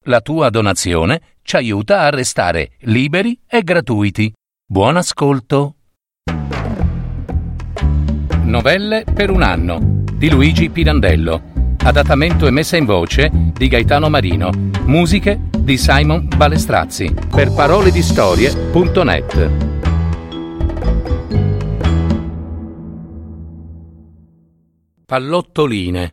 La tua donazione ci aiuta a restare liberi e gratuiti. Buon ascolto. Novelle per un anno di Luigi Pirandello. Adattamento e messa in voce di Gaetano Marino. Musiche di Simon Balestrazzi. Per paroledistorie.net. Pallottoline.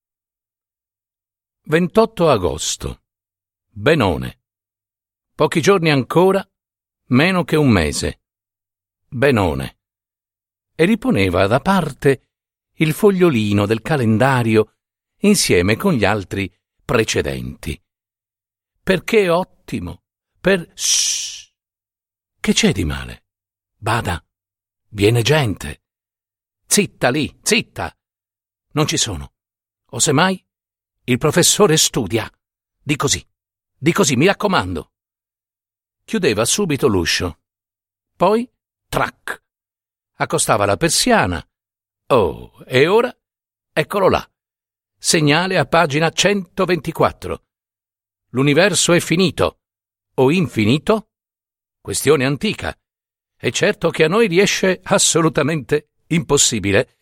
28 agosto. Benone. Pochi giorni ancora, meno che un mese. Benone. E riponeva da parte il fogliolino del calendario insieme con gli altri precedenti. Perché ottimo, Shhh! Che c'è di male? Bada, viene gente. Zitta lì, zitta! Non ci sono. O semmai, il professore studia. Di così, mi raccomando. Chiudeva subito l'uscio. Poi, trac! Accostava la persiana. Oh, e ora? Eccolo là. Segnale a pagina 124. L'universo è finito. O infinito? Questione antica. È certo che a noi riesce assolutamente impossibile.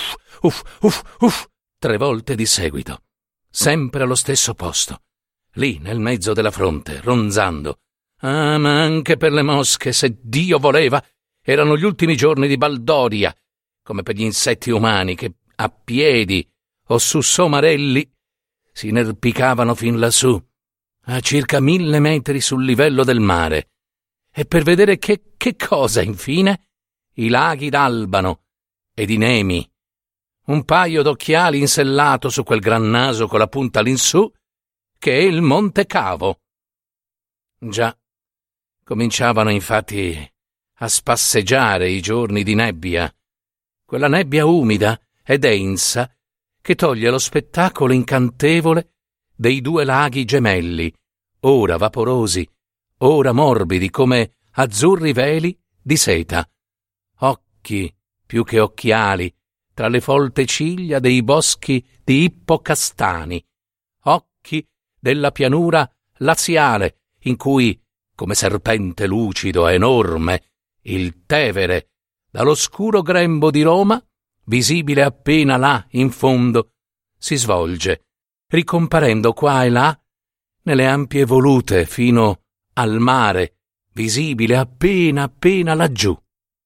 Uff, 3 volte di seguito. Sempre allo stesso posto. Lì, nel mezzo della fronte, ronzando. Ah, ma anche per le mosche, se Dio voleva, erano gli ultimi giorni di baldoria, come per gli insetti umani che, a piedi o su somarelli, si inerpicavano fin lassù, a circa 1000 metri sul livello del mare. E per vedere che cosa, infine? I laghi d'Albano ed i Nemi. Un paio d'occhiali insellato su quel gran naso con la punta all'insù, che è il Monte Cavo. Già, cominciavano infatti a spasseggiare i giorni di nebbia, quella nebbia umida e densa che toglie lo spettacolo incantevole dei 2 laghi gemelli, ora vaporosi, ora morbidi come azzurri veli di seta. Occhi più che occhiali tra le folte ciglia dei boschi di ippocastani, occhi della pianura laziale in cui, come serpente lucido e enorme, il Tevere, dall'oscuro grembo di Roma, visibile appena là in fondo, si svolge, ricomparendo qua e là nelle ampie volute fino al mare, visibile appena laggiù.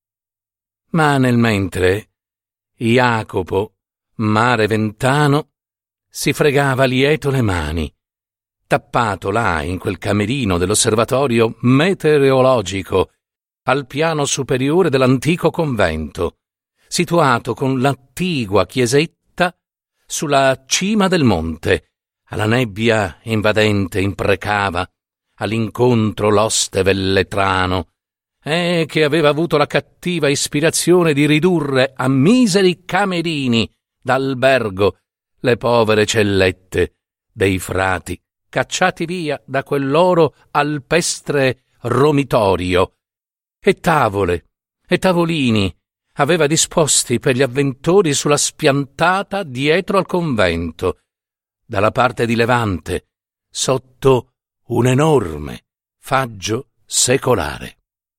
Ma nel mentre Jacopo, mare ventano, si fregava lieto le mani, tappato là in quel camerino dell'osservatorio meteorologico al piano superiore dell'antico convento, situato con l'attigua chiesetta sulla cima del monte. Alla nebbia invadente imprecava all'incontro l'oste velletrano, che aveva avuto la cattiva ispirazione di ridurre a miseri camerini d'albergo le povere cellette dei frati, cacciati via da quel loro alpestre romitorio, e tavole e tavolini aveva disposti per gli avventori sulla spiantata dietro al convento, dalla parte di levante, sotto un enorme faggio secolare.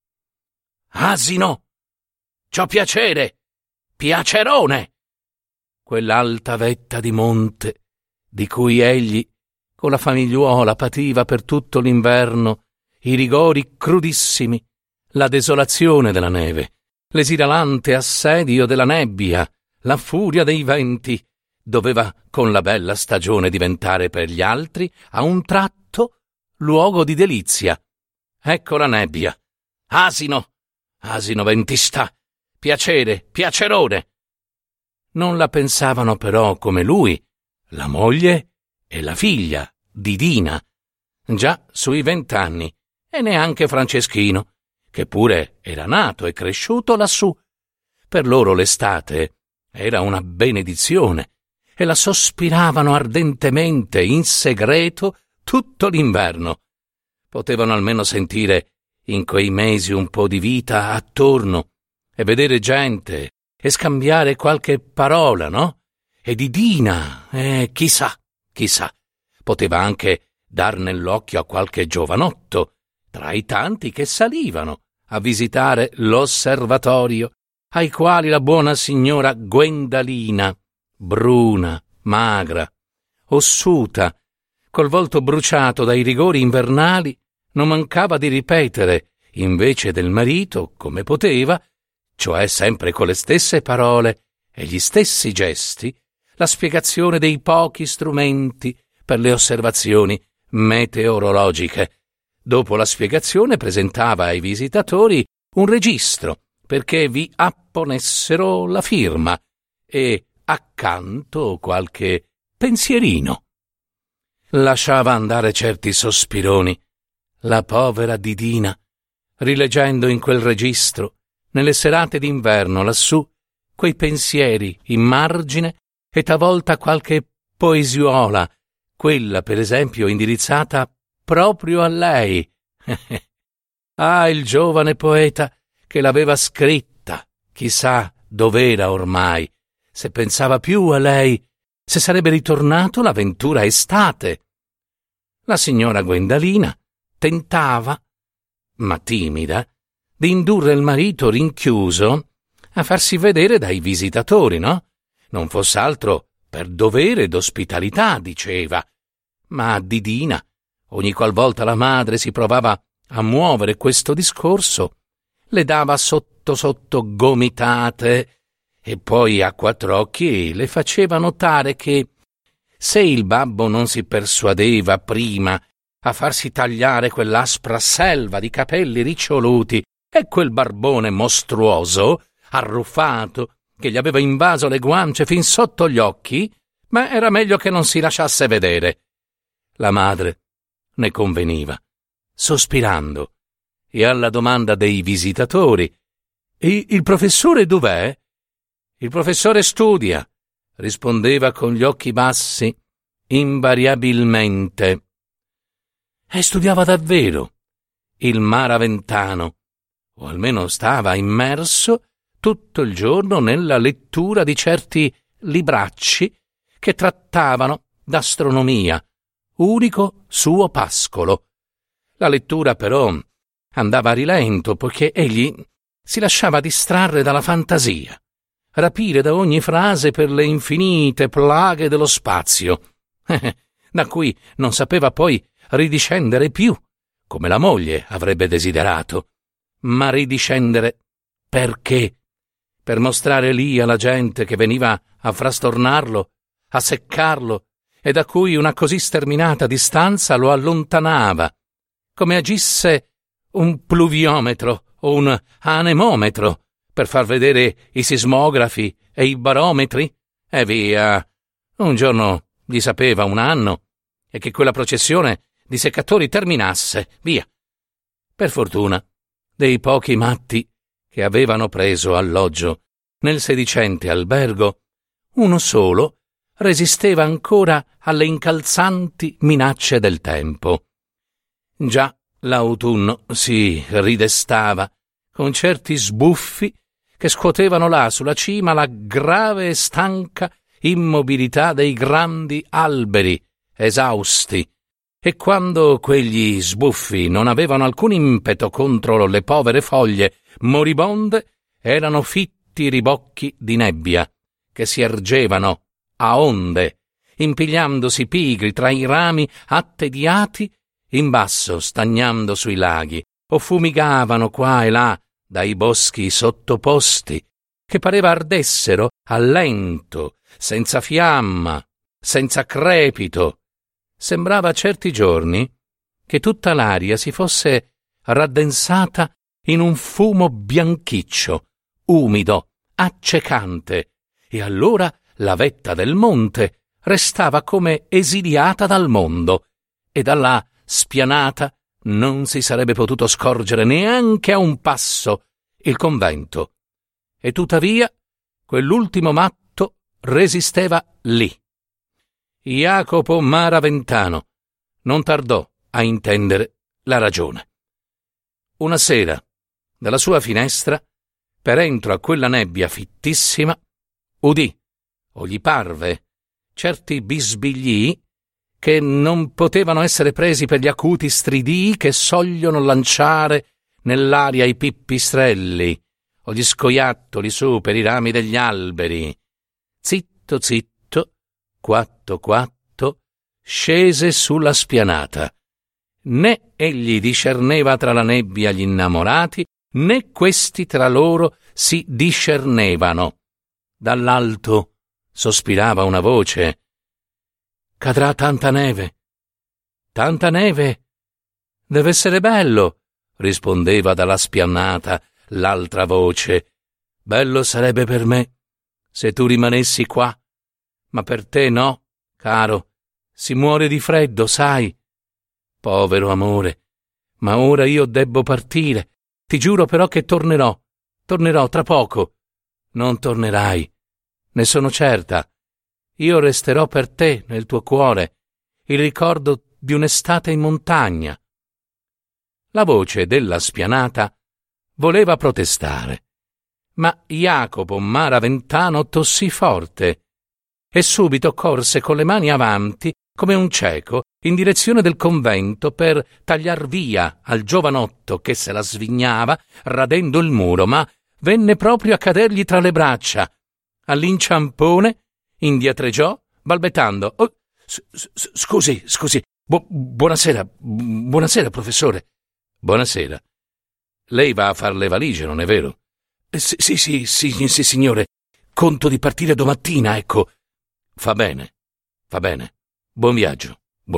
Asino! C'ho piacere! Piacerone! Quell'alta vetta di monte di cui egli, con la famigliuola, pativa per tutto l'inverno i rigori crudissimi, la desolazione della neve, l'esilalante assedio della nebbia, la furia dei venti, doveva con la bella stagione diventare per gli altri a un tratto luogo di delizia. Ecco la nebbia. Asino ventista, piacere, piacerone. Non la pensavano però come lui, la moglie e la figlia, Didina, già sui 20 anni, e neanche Franceschino, che pure era nato e cresciuto lassù. Per loro l'estate era una benedizione e la sospiravano ardentemente in segreto tutto l'inverno. Potevano almeno sentire in quei mesi un po' di vita attorno e vedere gente e scambiare qualche parola, no? E Didina, chissà, poteva anche dar nell'occhio a qualche giovanotto, tra i tanti che salivano a visitare l'osservatorio, ai quali la buona signora Gwendalina, bruna, magra, ossuta, col volto bruciato dai rigori invernali, non mancava di ripetere, invece del marito, come poteva, cioè sempre con le stesse parole e gli stessi gesti, la spiegazione dei pochi strumenti per le osservazioni meteorologiche. Dopo la spiegazione presentava ai visitatori un registro perché vi apponessero la firma e accanto qualche pensierino. Lasciava andare certi sospironi la povera Didina, rileggendo in quel registro, nelle serate d'inverno lassù, quei pensieri in margine e talvolta qualche poesiola, quella per esempio indirizzata proprio a lei. Ah, il giovane poeta che l'aveva scritta, chissà dov'era ormai, se pensava più a lei, se sarebbe ritornato la ventura estate. La signora Gwendalina tentava, ma timida, di indurre il marito rinchiuso a farsi vedere dai visitatori, no? Non fosse altro per dovere d'ospitalità, diceva. Ma Didina, ogni qualvolta la madre si provava a muovere questo discorso, le dava sotto gomitate e poi a quattro occhi le faceva notare che se il babbo non si persuadeva prima a farsi tagliare quell'aspra selva di capelli riccioluti e quel barbone mostruoso, arruffato, che gli aveva invaso le guance fin sotto gli occhi, ma era meglio che non si lasciasse vedere. La madre ne conveniva, sospirando, e alla domanda dei visitatori «E il professore dov'è?» «Il professore studia», rispondeva con gli occhi bassi, invariabilmente. E studiava davvero, il maraventano, o almeno stava immerso tutto il giorno nella lettura di certi libracci che trattavano d'astronomia, unico suo pascolo. La lettura però andava a rilento poiché egli si lasciava distrarre dalla fantasia, rapire da ogni frase per le infinite plaghe dello spazio, da cui non sapeva poi ridiscendere più, come la moglie avrebbe desiderato, ma ridiscendere perché? Per mostrare lì alla gente che veniva a frastornarlo, a seccarlo, e da cui una così sterminata distanza lo allontanava, come agisse un pluviometro o un anemometro per far vedere i sismografi e i barometri, e via. Un giorno gli sapeva un anno, e che quella processione di seccatori terminasse, via. Per fortuna, dei pochi matti che avevano preso alloggio nel sedicente albergo, uno solo resisteva ancora alle incalzanti minacce del tempo. Già l'autunno si ridestava con certi sbuffi che scuotevano là sulla cima la grave e stanca immobilità dei grandi alberi esausti, e quando quegli sbuffi non avevano alcun impeto contro le povere foglie moribonde, erano fitti ribocchi di nebbia che si ergevano a onde, impigliandosi pigri tra i rami attediati in basso, stagnando sui laghi, o fumigavano qua e là dai boschi sottoposti, che pareva ardessero a lento, senza fiamma, senza crepito. Sembrava certi giorni che tutta l'aria si fosse raddensata in un fumo bianchiccio, umido, accecante, e allora la vetta del monte restava come esiliata dal mondo, e da là, spianata, non si sarebbe potuto scorgere neanche a un passo il convento. E tuttavia quell'ultimo matto resisteva lì. Jacopo Maraventano non tardò a intendere la ragione. Una sera, dalla sua finestra, per entro a quella nebbia fittissima, udì, o gli parve, certi bisbigli che non potevano essere presi per gli acuti stridii che sogliono lanciare nell'aria i pipistrelli o gli scoiattoli su per i rami degli alberi. Zitto, zitto, quatto, quatto, scese sulla spianata. Né egli discerneva tra la nebbia gli innamorati, né questi tra loro si discernevano. Dall'alto sospirava una voce: «Cadrà tanta neve». «Tanta neve? Deve essere bello», rispondeva dalla spianata l'altra voce. «Bello sarebbe per me, se tu rimanessi qua, ma per te no, caro, si muore di freddo, sai. Povero amore, ma ora io debbo partire. Ti giuro però che tornerò tra poco». «Non tornerai, ne sono certa. Io resterò per te nel tuo cuore, il ricordo di un'estate in montagna». La voce della spianata voleva protestare, ma Jacopo Maraventano tossì forte e subito corse con le mani avanti come un cieco in direzione del convento per tagliar via al giovanotto che se la svignava radendo il muro, ma venne proprio a cadergli tra le braccia. All'inciampone indietreggiò balbettando: «Oh, scusi, buonasera, professore». «Buonasera. Lei va a far le valigie, non è vero?» Sì, signore. Conto di partire domattina, ecco». Fa bene. Buon viaggio.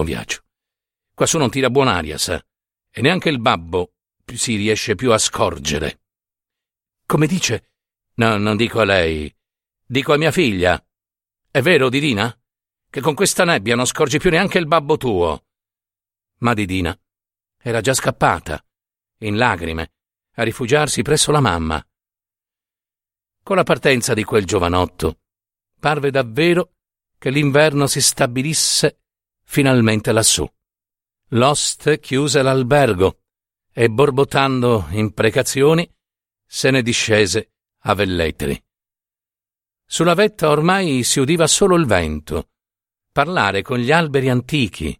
Quassù non tira buon'aria, sa, e neanche il babbo si riesce più a scorgere». «Come dice?» «No, non dico a lei, dico a mia figlia. È vero, Didina? Che con questa nebbia non scorgi più neanche il babbo tuo». Ma Didina era già scappata, in lacrime, a rifugiarsi presso la mamma. Con la partenza di quel giovanotto, parve davvero che l'inverno si stabilisse finalmente lassù. L'oste chiuse l'albergo e, borbottando imprecazioni, se ne discese a Velletri. Sulla vetta ormai si udiva solo il vento parlare con gli alberi antichi.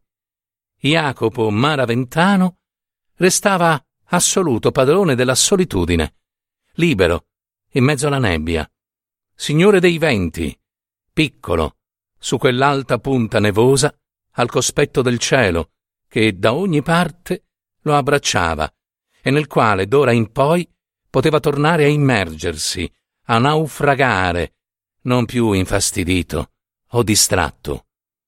Jacopo Maraventano restava assoluto padrone della solitudine, libero in mezzo alla nebbia, signore dei venti, piccolo su quell'alta punta nevosa al cospetto del cielo che da ogni parte lo abbracciava e nel quale d'ora in poi poteva tornare a immergersi, a naufragare, non più infastidito o distratto,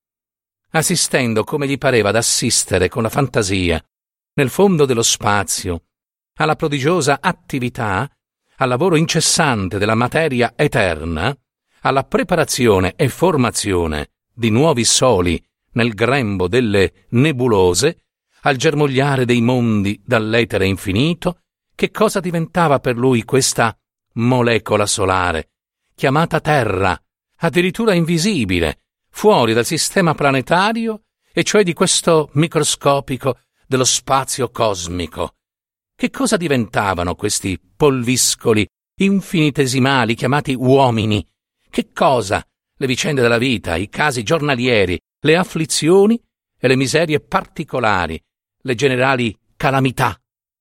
assistendo come gli pareva d'assistere con la fantasia, nel fondo dello spazio, alla prodigiosa attività, al lavoro incessante della materia eterna, alla preparazione e formazione di nuovi soli nel grembo delle nebulose, al germogliare dei mondi dall'etere infinito. Che cosa diventava per lui questa molecola solare, chiamata Terra, addirittura invisibile, fuori dal sistema planetario, e cioè di questo microscopico dello spazio cosmico? Che cosa diventavano questi polviscoli infinitesimali chiamati uomini? Che cosa le vicende della vita, i casi giornalieri, le afflizioni e le miserie particolari, le generali calamità?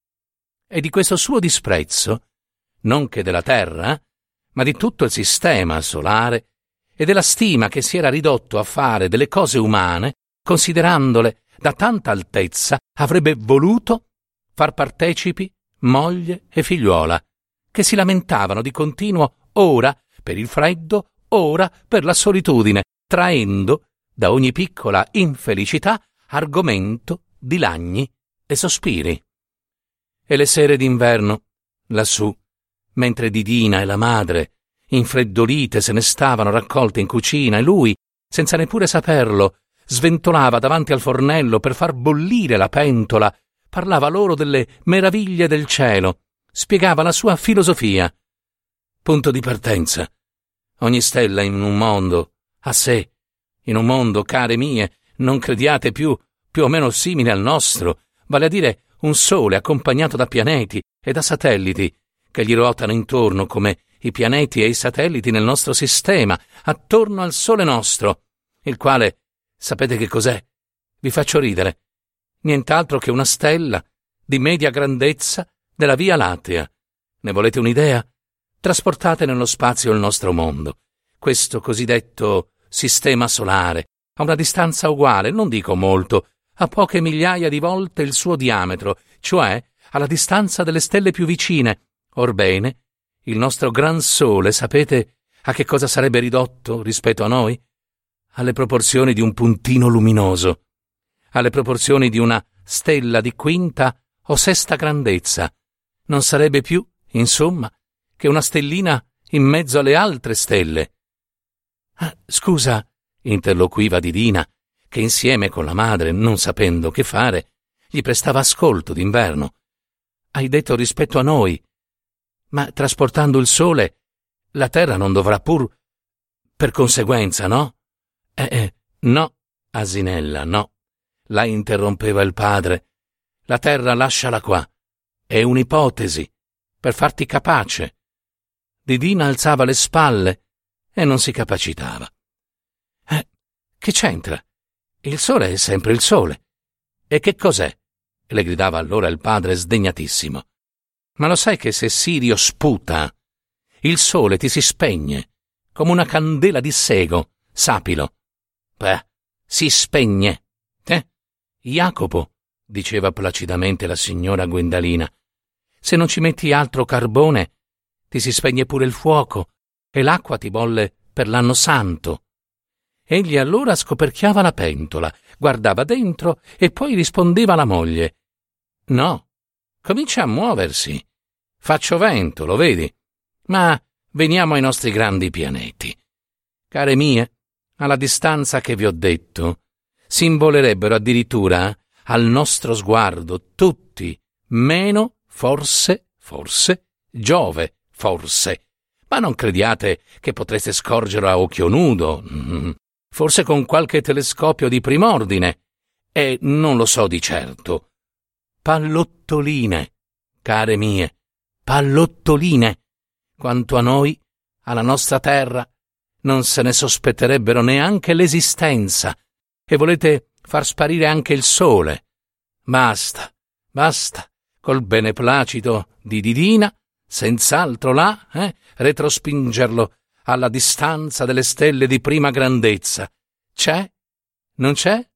E di questo suo disprezzo, non che della Terra, ma di tutto il sistema solare, e della stima che si era ridotto a fare delle cose umane, considerandole da tanta altezza, avrebbe voluto far partecipi moglie e figliuola, che si lamentavano di continuo ora per il freddo, ora per la solitudine, traendo da ogni piccola infelicità argomento di lagni e sospiri. E le sere d'inverno, lassù, mentre Didina e la madre, infreddolite, se ne stavano raccolte in cucina, e lui, senza neppure saperlo, sventolava davanti al fornello per far bollire la pentola, parlava loro delle meraviglie del cielo, spiegava la sua filosofia. Punto di partenza. Ogni stella in un mondo a sé, in un mondo, care mie, non crediate più o meno simile al nostro, vale a dire un sole accompagnato da pianeti e da satelliti che gli ruotano intorno come i pianeti e i satelliti nel nostro sistema, attorno al sole nostro, il quale, sapete che cos'è? Vi faccio ridere. Nient'altro che una stella di media grandezza della Via Lattea. Ne volete un'idea? Trasportate nello spazio il nostro mondo, questo cosiddetto sistema solare, a una distanza uguale, non dico molto, a poche migliaia di volte il suo diametro, cioè alla distanza delle stelle più vicine. Orbene, il nostro gran Sole, sapete a che cosa sarebbe ridotto rispetto a noi? Alle proporzioni di un puntino luminoso, alle proporzioni di una stella di quinta o sesta grandezza. Non sarebbe più, insomma, che una stellina in mezzo alle altre stelle. Scusa, interloquiva Didina, che insieme con la madre, non sapendo che fare, gli prestava ascolto d'inverno. Hai detto rispetto a noi, ma trasportando il Sole, la Terra non dovrà pur... Per conseguenza, no? No, asinella, no. La interrompeva il padre. La Terra lasciala qua. È un'ipotesi, per farti capace. Didina alzava le spalle e non si capacitava. Che c'entra? Il Sole è sempre il Sole. E che cos'è? Le gridava allora il padre sdegnatissimo. Ma lo sai che se Sirio sputa, il Sole ti si spegne, come una candela di sego, sapilo. Si spegne. Jacopo, diceva placidamente la signora Gwendalina, se non ci metti altro carbone, ti si spegne pure il fuoco e l'acqua ti bolle per l'anno santo. Egli allora scoperchiava la pentola, guardava dentro e poi rispondeva alla moglie. No, comincia a muoversi. Faccio vento, lo vedi? Ma veniamo ai nostri grandi pianeti. Care mie, alla distanza che vi ho detto, si involerebbero addirittura al nostro sguardo tutti, meno, forse, Giove, forse. Ma non crediate che potreste scorgerlo a occhio nudo, forse con qualche telescopio di prim'ordine, e non lo so di certo. Pallottoline, care mie, pallottoline. Quanto a noi, alla nostra Terra, non se ne sospetterebbero neanche l'esistenza, e volete far sparire anche il Sole. Basta, col beneplacito di Didina, senz'altro là, retrospingerlo alla distanza delle stelle di prima grandezza. C'è? Non c'è?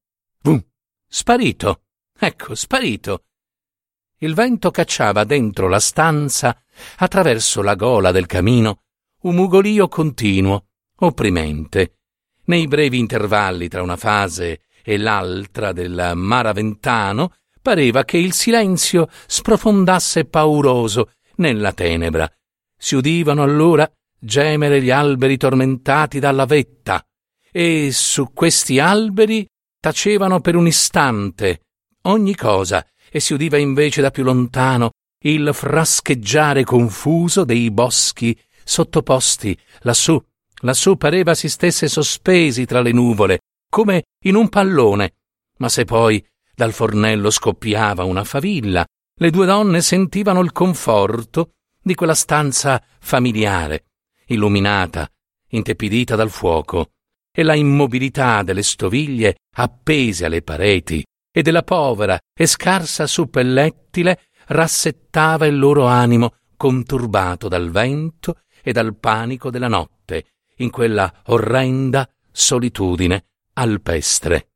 Sparito. Ecco, sparito. Il vento cacciava dentro la stanza, attraverso la gola del camino, un mugolio continuo, opprimente. Nei brevi intervalli tra una fase e l'altra del maraventano pareva che il silenzio sprofondasse pauroso nella tenebra. Si udivano allora gemere gli alberi tormentati dalla vetta, e su questi alberi tacevano per un istante ogni cosa, e si udiva invece da più lontano il frascheggiare confuso dei boschi sottoposti lassù. Lassù pareva si stesse sospesi tra le nuvole, come in un pallone. Ma se poi dal fornello scoppiava una favilla, le due donne sentivano il conforto di quella stanza familiare, illuminata, intepidita dal fuoco, e la immobilità delle stoviglie appese alle pareti e della povera e scarsa suppellettile rassettava il loro animo conturbato dal vento e dal panico della notte, in quella orrenda solitudine alpestre.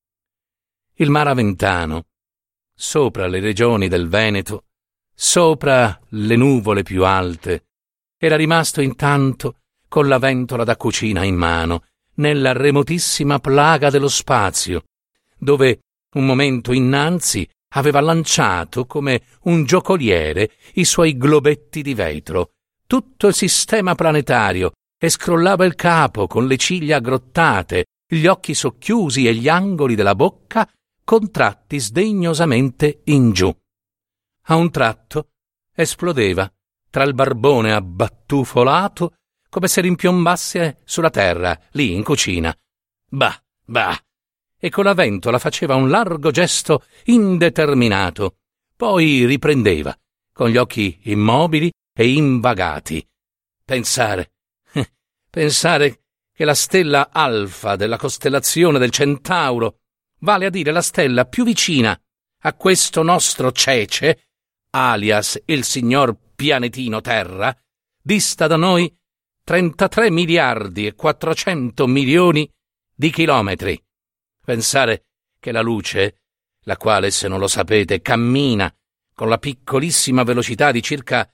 Il maraventano, sopra le regioni del Veneto, sopra le nuvole più alte, era rimasto intanto con la ventola da cucina in mano, nella remotissima plaga dello spazio, dove un momento innanzi aveva lanciato come un giocoliere i suoi globetti di vetro, tutto il sistema planetario, e scrollava il capo con le ciglia aggrottate, gli occhi socchiusi e gli angoli della bocca contratti sdegnosamente in giù. A un tratto esplodeva tra il barbone abbattufolato come se rimpiombasse sulla terra, lì in cucina. Bah! E con la ventola faceva un largo gesto indeterminato, poi riprendeva, con gli occhi immobili e invagati. Pensare che la stella alfa della costellazione del Centauro vale a dire la stella più vicina a questo nostro Cece, alias il signor pianetino Terra, dista da noi 33 miliardi e 400 milioni di chilometri. Pensare che la luce, la quale, se non lo sapete, cammina con la piccolissima velocità di circa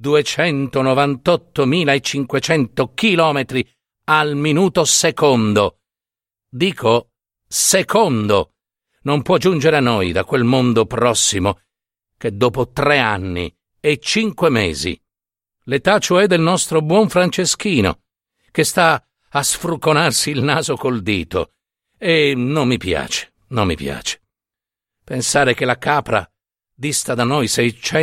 298.500 chilometri al minuto secondo. Dico secondo. Non può giungere a noi da quel mondo prossimo che dopo 3 anni e 5 mesi, l'età cioè del nostro buon Franceschino, che sta a sfruconarsi il naso col dito, e non mi piace. Pensare che la capra dista da noi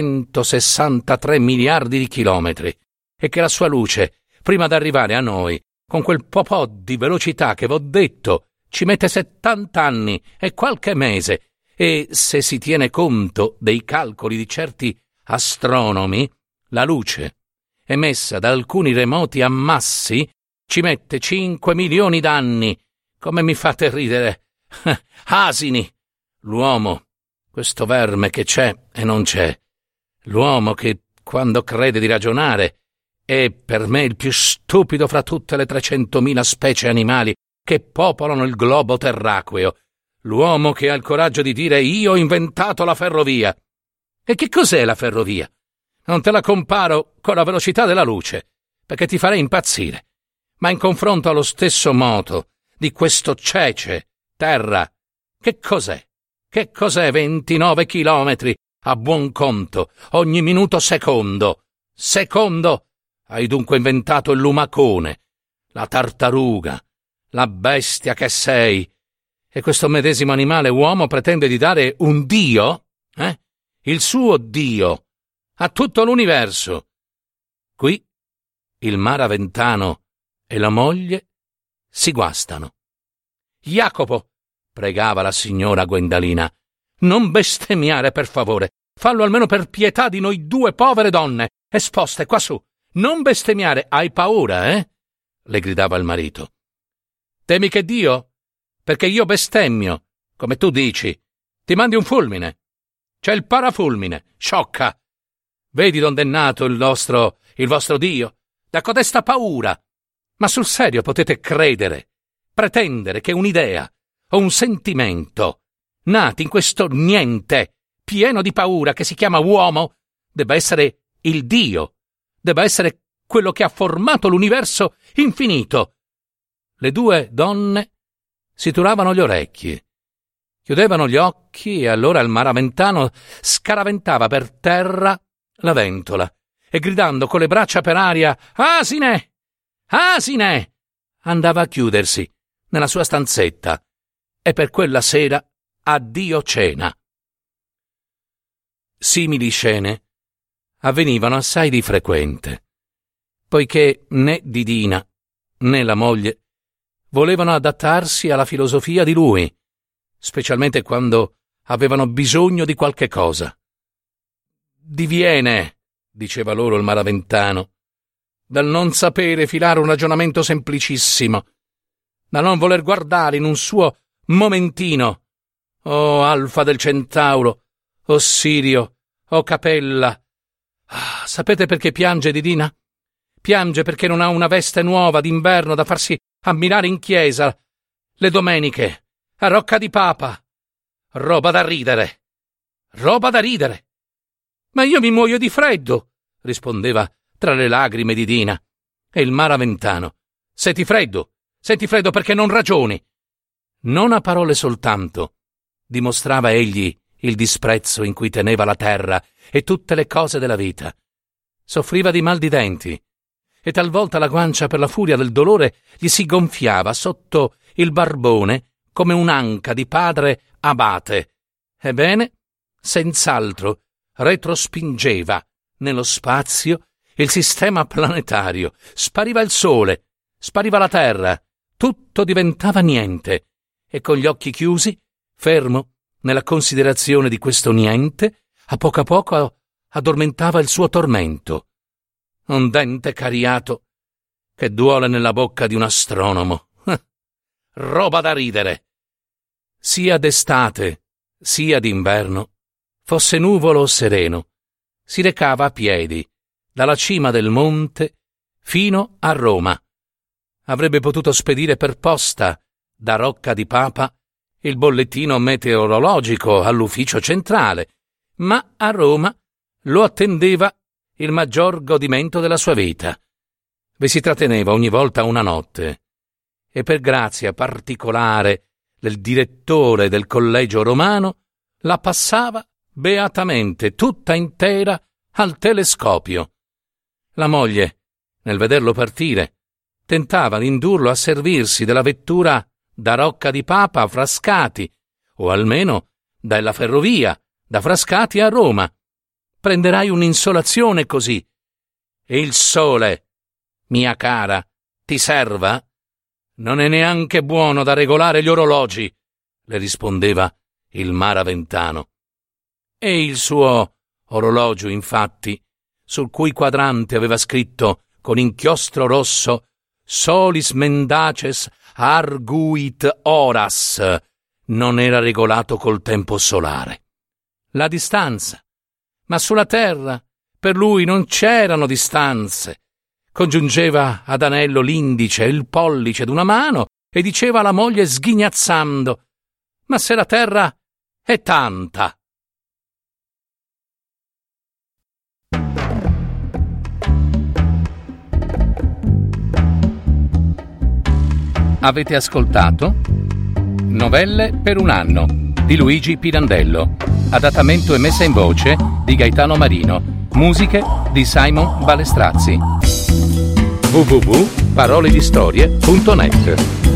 663 miliardi di chilometri e che la sua luce, prima d'arrivare a noi, con quel po' di velocità che v'ho detto, ci mette 70 anni e qualche mese, e se si tiene conto dei calcoli di certi astronomi, la luce, emessa da alcuni remoti ammassi, ci mette 5 milioni d'anni. Come mi fate ridere! Asini! L'uomo, questo verme che c'è e non c'è, l'uomo che, quando crede di ragionare, è per me il più stupido fra tutte le 300.000 specie animali che popolano il globo terracqueo, l'uomo che ha il coraggio di dire «Io ho inventato la ferrovia». E che cos'è la ferrovia? Non te la comparo con la velocità della luce, perché ti farei impazzire, ma in confronto allo stesso moto di questo Cece, Terra, che cos'è? Che cos'è 29 chilometri a buon conto ogni minuto secondo? Secondo? Hai dunque inventato il lumacone, la tartaruga, la bestia che sei. E questo medesimo animale uomo pretende di dare un Dio? Il suo Dio a tutto l'universo. Qui il maraventano e la moglie si guastano. Jacopo, pregava la signora Gwendalina, non bestemmiare per favore, fallo almeno per pietà di noi 2 povere donne esposte quassù. Non bestemmiare, hai paura, le gridava il marito. Temi che Dio? Perché io bestemmio, come tu dici. Ti mandi un fulmine. C'è il parafulmine, sciocca. Vedi donde è nato il vostro Dio? Da codesta paura. Ma sul serio potete credere, pretendere che un'idea o un sentimento, nati in questo niente, pieno di paura che si chiama uomo, debba essere il Dio, debba essere quello che ha formato l'universo infinito? Le 2 donne si turavano gli orecchi, chiudevano gli occhi e allora il maraventano scaraventava per terra la ventola e gridando con le braccia per aria «Asine! Asine!» andava a chiudersi nella sua stanzetta e per quella sera addio cena. Simili scene avvenivano assai di frequente, poiché né Didina né la moglie volevano adattarsi alla filosofia di lui, specialmente quando avevano bisogno di qualche cosa. «Diviene», diceva loro il maraventano, «dal non sapere filare un ragionamento semplicissimo, da non voler guardare in un suo momentino. Oh Alfa del Centauro, oh Sirio, oh Capella. Sapete perché piange Didina? Piange perché non ha una veste nuova d'inverno da farsi ammirare in chiesa le domeniche, a Rocca di Papa. Roba da ridere, roba da ridere. Ma io mi muoio di freddo», rispondeva tra le lagrime Didina. E il maraventano: senti freddo perché non ragioni. Non a parole soltanto dimostrava egli il disprezzo in cui teneva la terra e tutte le cose della vita. Soffriva di mal di denti e talvolta la guancia per la furia del dolore gli si gonfiava sotto il barbone come un'anca di padre abate. Ebbene, senz'altro retrospingeva nello spazio il sistema planetario, spariva il sole, spariva la terra, tutto diventava niente, e con gli occhi chiusi, fermo nella considerazione di questo niente, a poco addormentava il suo tormento. Un dente cariato che duole nella bocca di un astronomo. Roba da ridere. sia d'estate, sia d'inverno, fosse nuvolo o sereno, si recava a piedi dalla cima del monte fino a Roma. Avrebbe potuto spedire per posta da Rocca di Papa il bollettino meteorologico all'ufficio centrale, ma a Roma lo attendeva il maggior godimento della sua vita. Vi si tratteneva ogni volta una notte e per grazia particolare del direttore del collegio romano la passava beatamente tutta intera al telescopio. La moglie, nel vederlo partire, tentava di indurlo a servirsi della vettura da Rocca di Papa a Frascati, o almeno dalla ferrovia da Frascati a Roma. Prenderai un'insolazione così. E il sole, mia cara, ti serva? Non è neanche buono da regolare gli orologi, le rispondeva il maraventano. E il suo orologio, infatti, sul cui quadrante aveva scritto con inchiostro rosso Solis mendaces arguit horas, non era regolato col tempo solare. La distanza. Ma sulla terra per lui non c'erano distanze. Congiungeva ad anello l'indice e il pollice d'una mano e diceva alla moglie sghignazzando: «Ma se la terra è tanta!» Avete ascoltato Novelle per un anno di Luigi Pirandello, adattamento e messa in voce di Gaetano Marino, musiche di Simon Balestrazzi. www.paroledistorie.net